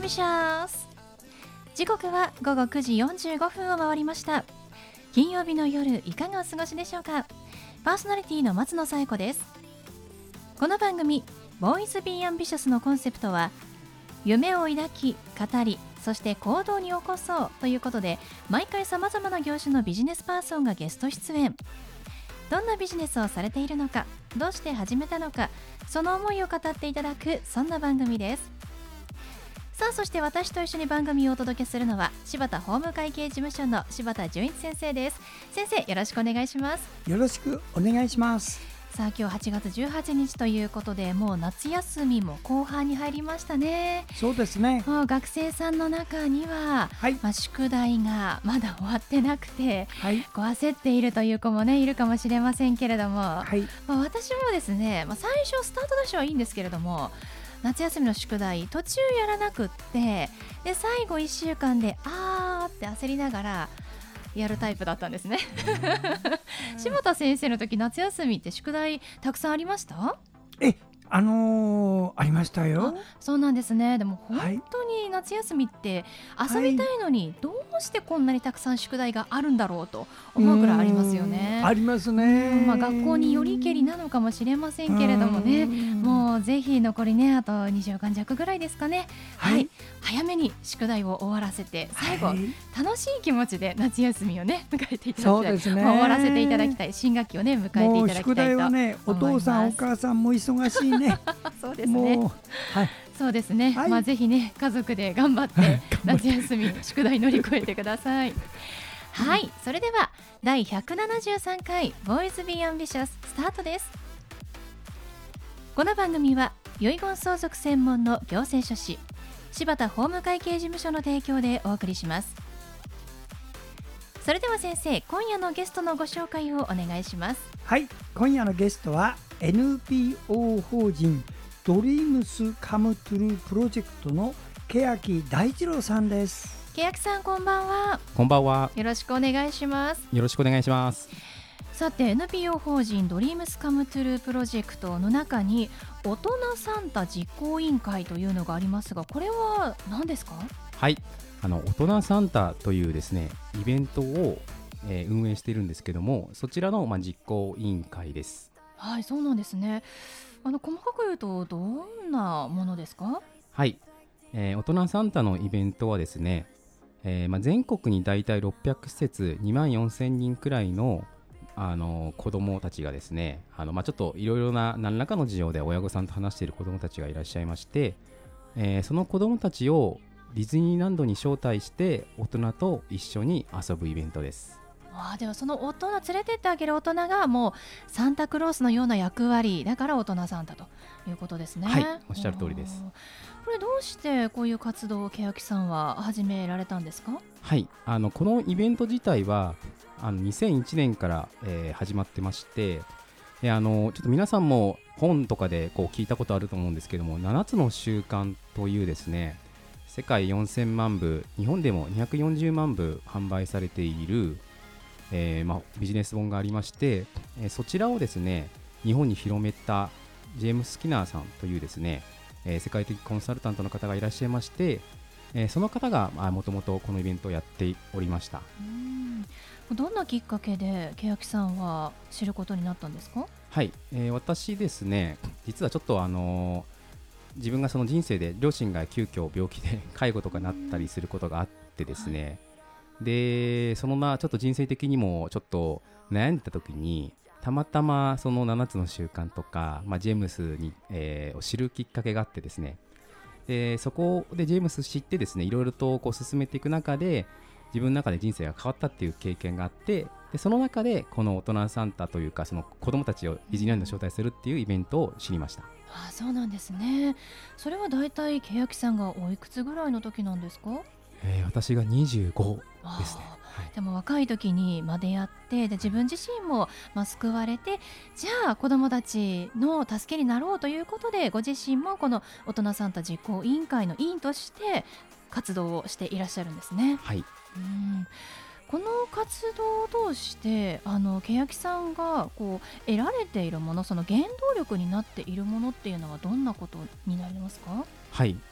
ビシャス。時刻は午後9時45分を回りました。金曜日の夜いかがお過ごしでしょうか。パーソナリティの松野紗友子です。この番組ボーイズビーアンビシャスのコンセプトは夢を抱き語りそして行動に起こそうということで、毎回さまざまな業種のビジネスパーソンがゲスト出演。どんなビジネスをされているのか、どうして始めたのか、その思いを語っていただく、そんな番組です。さあ、そして私と一緒に番組をお届けするのは柴田法務会計事務所の柴田純一先生です。先生、よろしくお願いします。 よろしくお願いします。 さあ、今日8月18日ということで、もう夏休みも後半に入りましたね。 そうですね。 もう学生さんの中には、宿題がまだ終わってなくて、こう焦っているという子もねいるかもしれませんけれども、私もですね、最初スタートダッシュはいいんですけれども、夏休みの宿題途中やらなくって、で最後1週間でって焦りながらやるタイプだったんですね。柴田先生の時、夏休みって宿題たくさんありました？ ありましたよ。 そうなんですね。でも本当に夏休みって遊びたいのに、どうしてこんなにたくさん宿題があるんだろうと思うくらいありますよね。 ありますね。 学校によりけりなのかもしれませんけれどもね、もうぜひ残りねあと2週間弱ぐらいですかね。早めに宿題を終わらせて、最後、楽しい気持ちで夏休みをね迎えていただきたい。 そうですね、 終わらせていただきたい。新学期をね迎えていただきたいと思います。 宿題はね、お父さんお母さんも忙しいね。 そうですね。そうですね。ぜひね家族で頑張って夏休み宿題乗り越えてください。はい、それでは第173回ボーイズビーアンビシャススタートです。この番組は遺言相続専門の行政書士柴田法務会計事務所の提供でお送りします。それでは先生、今夜のゲストのご紹介をお願いします。 はい、今夜のゲストは NPO 法人ドリームスカムトゥループロジェクトの欅大二郎さんです。 欅さん、こんばんは。 こんばんは。 よろしくお願いします。 よろしくお願いします。 さて、 NPO 法人ドリームスカムトゥループロジェクトの中に大人サンタ実行委員会というのがありますが、これは何ですか？ はい、大人サンタというですねイベントを、運営しているんですけども、そちらの、実行委員会です。 はい、そうなんですね。細かく言うとどんなものですか？ はい、大人サンタのイベントはですね、全国にだいたい600施設2万4000人くらいの子どもたちがですね、ちょっといろいろな何らかの事情で親御さんと話している子どもたちがいらっしゃいまして、その子どもたちをディズニーランドに招待して大人と一緒に遊ぶイベントです。 ではその大人、連れてってあげる大人がもうサンタクロースのような役割だから大人サンタということですね。 はい、おっしゃる通りです。 これどうしてこういう活動を欅さんは始められたんですか？ はい、このイベント自体は2001年から、始まってまして、ちょっと皆さんも本とかでこう聞いたことあると思うんですけども、7つの習慣というですね、世界4000万部、日本でも240万部販売されている、ビジネス本がありまして、そちらをですね日本に広めたジェームス・スキナーさんというですね、世界的コンサルタントの方がいらっしゃいまして、その方がもともとこのイベントをやっておりました。 どんなきっかけで欅さんは知ることになったんですか？ はい、私ですね、実はちょっと自分がその人生で両親が急遽病気で介護とかなったりすることがあってですね、でそのちょっと人生的にもちょっと悩んでた時に、たまたまその7つの習慣とか、ジェームスに、を知るきっかけがあってですね、でそこでジェームス知ってですね、いろいろとこう進めていく中で自分の中で人生が変わったっていう経験があって、でその中でこの大人サンタというか、その子どもたちをディズニーランドに招待するっていうイベントを知りました。 そうなんですね。それはだいたい欅さんがおいくつぐらいの時なんですか？ 私が25ですね。 でも若い時に出会って、で自分自身も救われて、じゃあ子どもたちの助けになろうということで、ご自身もこの大人サンタ実行委員会の委員として活動をしていらっしゃるんですね。 はい。 この活動を通して欅さんがこう得られているもの、その原動力になっているものっていうのはどんなことになりますか？ はい、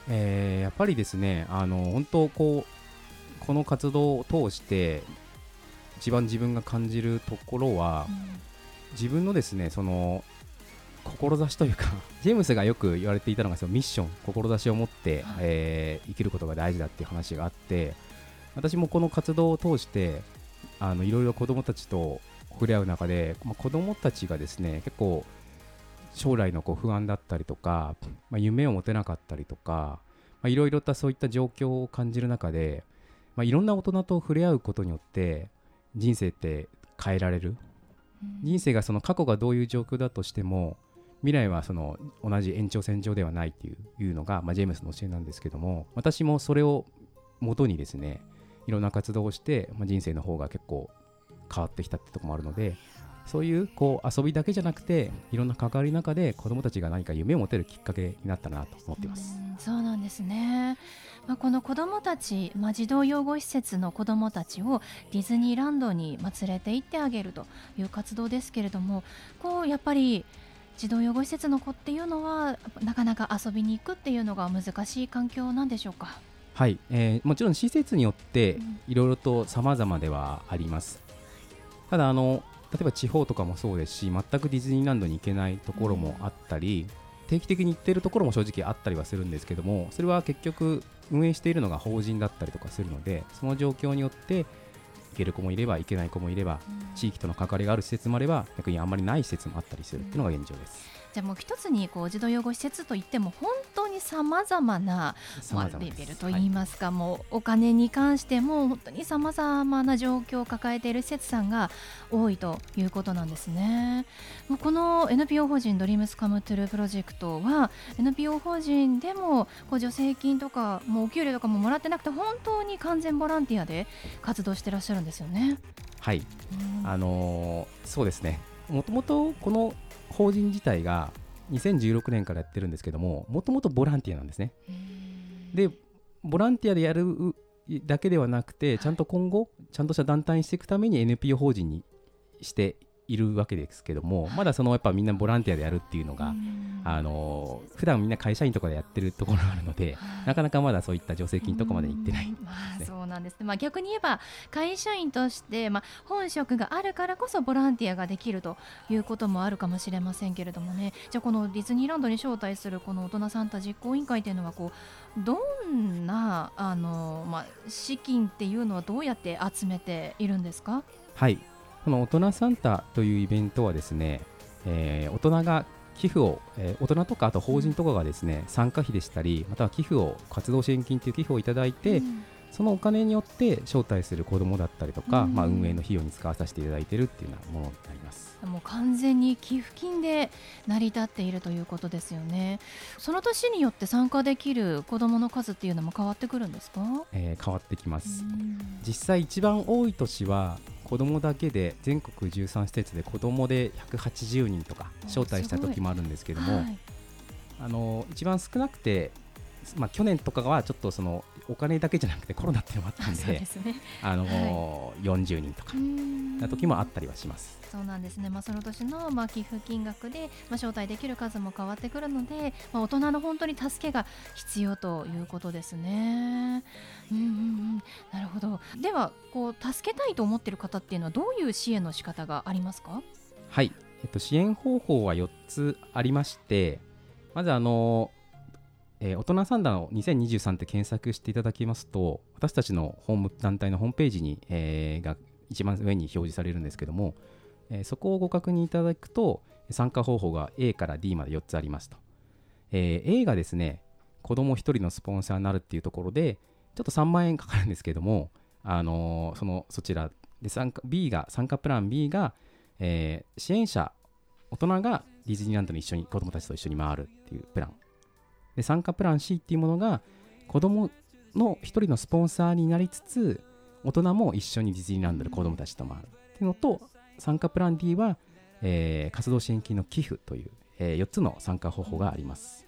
やっぱりですね、本当この活動を通して一番自分が感じるところは、自分のですねその志というかジェームスがよく言われていたのがそのミッション、志を持って、生きることが大事だっていう話があって、私もこの活動を通していろいろ子どもたちと触れ合う中で、子どもたちがですね結構将来の不安だったりとか、夢を持てなかったりとか、いろいろとそういった状況を感じる中で、いろんな大人と触れ合うことによって人生って変えられる、人生がその過去がどういう状況だとしても未来はその同じ延長線上ではないっていうのが、ジェームスの教えなんですけども、私もそれを元にですねいろんな活動をして、人生の方が結構変わってきたってところもあるので、そういう遊びだけじゃなくていろんな関わりの中で子どもたちが何か夢を持てるきっかけになったなと思っています。 そうなんですね。この子どもたち、児童養護施設の子どもたちをディズニーランドに連れて行ってあげるという活動ですけれども、やっぱり児童養護施設の子っていうのはなかなか遊びに行くっていうのが難しい環境なんでしょうか。 はい、もちろん施設によっていろいろと様々ではあります。ただ例えば地方とかもそうですし、全くディズニーランドに行けないところもあったり、定期的に行っているところも正直あったりはするんですけども、それは結局運営しているのが法人だったりとかするので、その状況によって行ける子もいれば行けない子もいれば、地域との関わりがある施設もあれば逆にあんまりない施設もあったりするっていうのが現状です。 じゃあもう一つに児童養護施設といっても本当にさまざまなレベルといいますか、もうお金に関しても本当にさまざまな状況を抱えている施設さんが多いということなんですね。もうこの NPO 法人ドリームスカムトゥループロジェクトは NPO 法人でも助成金とかもうお給料とかももらってなくて本当に完全ボランティアで活動してらっしゃるんですよね。 はい、そうですね。もともとこの法人自体が2016年からやってるんですけども、もともとボランティアなんですね。でボランティアでやるだけではなくて、ちゃんと今後ちゃんとした団体にしていくために NPO 法人にしているわけですけども、まだやっぱみんなボランティアでやるっていうのが普段みんな会社員とかでやってるところがあるので、なかなかまだそういった助成金とかまで行ってないんですね。 そうなんですね。逆に言えば会社員として、本職があるからこそボランティアができるということもあるかもしれませんけれどもね。じゃあこのディズニーランドに招待するこの大人サンタ実行委員会というのはどんな資金っていうのはどうやって集めているんですか？ はい、この大人サンタというイベントはですね、大人が寄付を、大人とかあと法人とかがですね、参加費でしたり、または寄付を活動支援金という寄付をいただいて、そのお金によって招待する子どもだったりとか、運営の費用に使わさせていただいているっていうようなものになります。 もう完全に寄付金で成り立っているということですよね。その年によって参加できる子どもの数っていうのも変わってくるんですか？ 変わってきます。実際一番多い年は子どもだけで全国13施設で子どもで180人とか招待した時もあるんですけども、一番少なくて、去年とかはちょっとお金だけじゃなくてコロナっていうのもあったんで、40人とかな時もあったりはします。 そうなんですね。その年の寄付金額で招待できる数も変わってくるので、大人の本当に助けが必要ということですね。なるほど。では助けたいと思っている方っていうのはどういう支援の仕方がありますか？ はい、支援方法は4つありまして、まず大人サンダの2023って検索していただきますと、私たちの団体のホームページに、が一番上に表示されるんですけども、そこをご確認いただくと参加方法が A から D まで4つありますと。A がですね、子ども1人のスポンサーになるっていうところでちょっと3万円かかるんですけども、そちらでB が参加プラン B が、支援者大人がディズニーランドに一緒に子どもたちと一緒に回るっていうプランで、参加プラン C っていうものが子どもの一人のスポンサーになりつつ大人も一緒にディズニーランドで子どもたちと回るっていうのと、参加プラン D は、活動支援金の寄付という、4つの参加方法があります。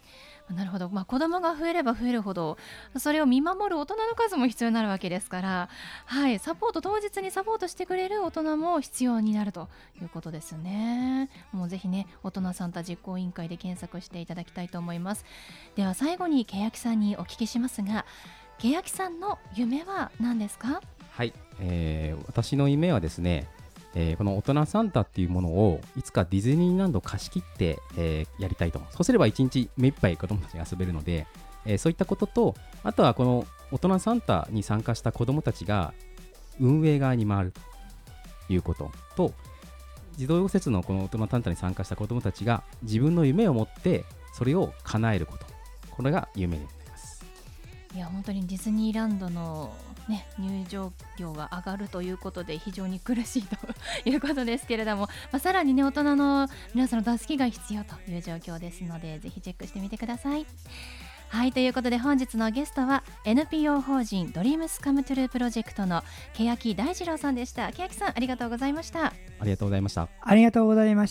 なるほど、子供が増えれば増えるほどそれを見守る大人の数も必要になるわけですから、はい、当日にサポートしてくれる大人も必要になるということですね。もうぜひね、大人サンタ実行委員会で検索していただきたいと思います。では最後に欅さんにお聞きしますが、欅さんの夢は何ですか？ はい、私の夢はですね、この大人サンタっていうものをいつかディズニーランド貸し切って、やりたいと。そうすれば一日目いっぱい子供たちが遊べるので、そういったことと、あとはこの大人サンタに参加した子供たちが運営側に回るということと、児童養護施設のこの大人サンタに参加した子供たちが自分の夢を持ってそれを叶えること、これが夢になります。 いや本当にディズニーランドの入場料が上がるということで非常に苦しいということですけれども、さらにね、大人の皆さんの助けが必要という状況ですので、ぜひチェックしてみてください。はい、ということで本日のゲストは NPO 法人ドリームスカムトゥループロジェクトの欅大二郎さんでした。欅さん、ありがとうございました。 ありがとうございました。 ありがとうございました。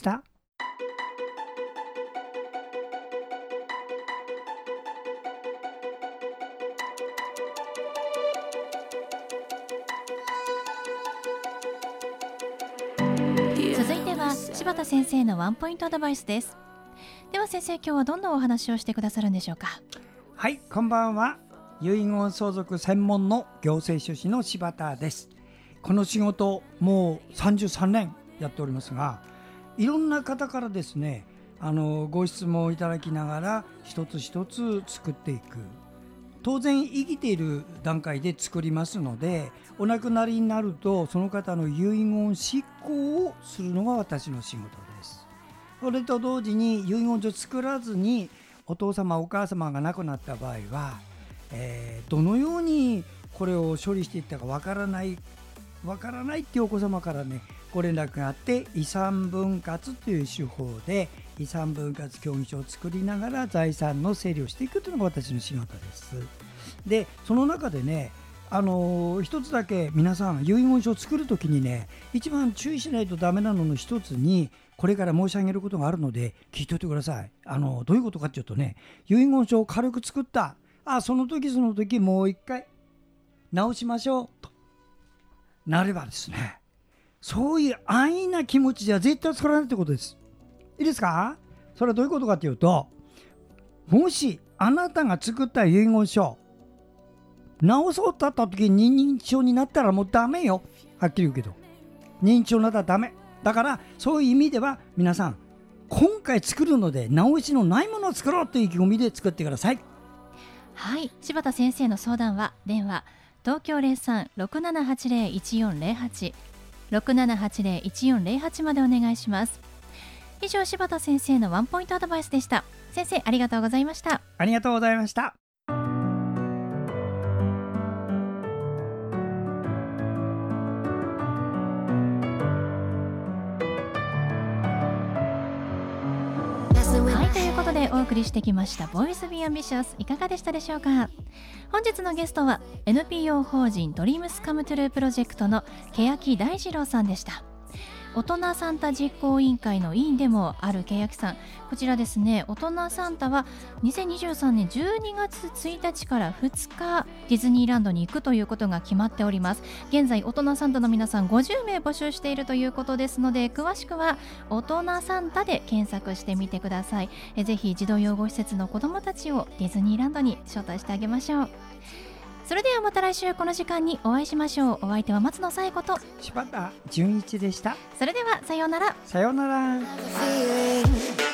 続いては柴田先生のワンポイントアドバイスです。では先生、今日はどんなお話をしてくださるんでしょうか？ はい、こんばんは。遺言相続専門の行政書士の柴田です。この仕事もう33年やっておりますが、いろんな方からですね、ご質問をいただきながら一つ一つ作っていく。当然生きている段階で作りますので、お亡くなりになるとその方の遺言執行をするのが私の仕事です。それと同時に遺言書作らずにお父様お母様が亡くなった場合は、どのようにこれを処理していったかわからないっていうお子様からね、ご連絡があって、遺産分割という手法で遺産分割協議書を作りながら財産の整理をしていくというのが私の仕事です。でその中でね、一つだけ皆さん遺言書を作るときにね、一番注意しないとダメなのの一つにこれから申し上げることがあるので聞いておいてください。どういうことかというとね、遺言書を軽く作った、その時もう一回直しましょうとなればですね、そういう安易な気持ちじゃ絶対作らないってことです。いいですか？それはどういうことかというと、もしあなたが作った遺言書直そうとった時に認知症になったらもうダメよ。はっきり言うけど認知症になったらダメだから、そういう意味では皆さん今回作るので直しのないものを作ろうという意気込みで作ってください。 はい、柴田先生の相談は電話東京 03-6780-1408 6780-1408 までお願いします。以上、柴田先生のワンポイントアドバイスでした。先生、ありがとうございました。 ありがとうございました。 はい、ということでお送りしてきましたボイスビーアンビシャス、いかがでしたでしょうか？本日のゲストは NPO 法人ドリームスカムトゥループロジェクトの欅大二郎さんでした。大人サンタ実行委員会の委員でもある欅さん、こちらですね、大人サンタは2023年12月1日から2日ディズニーランドに行くということが決まっております。現在大人サンタの皆さん50名募集しているということですので、詳しくは大人サンタで検索してみてください。ぜひ児童養護施設の子どもたちをディズニーランドに招待してあげましょう。それではまた来週この時間にお会いしましょう。お相手は松野紗友子と柴田純一でした。 それではさようなら。 さようなら。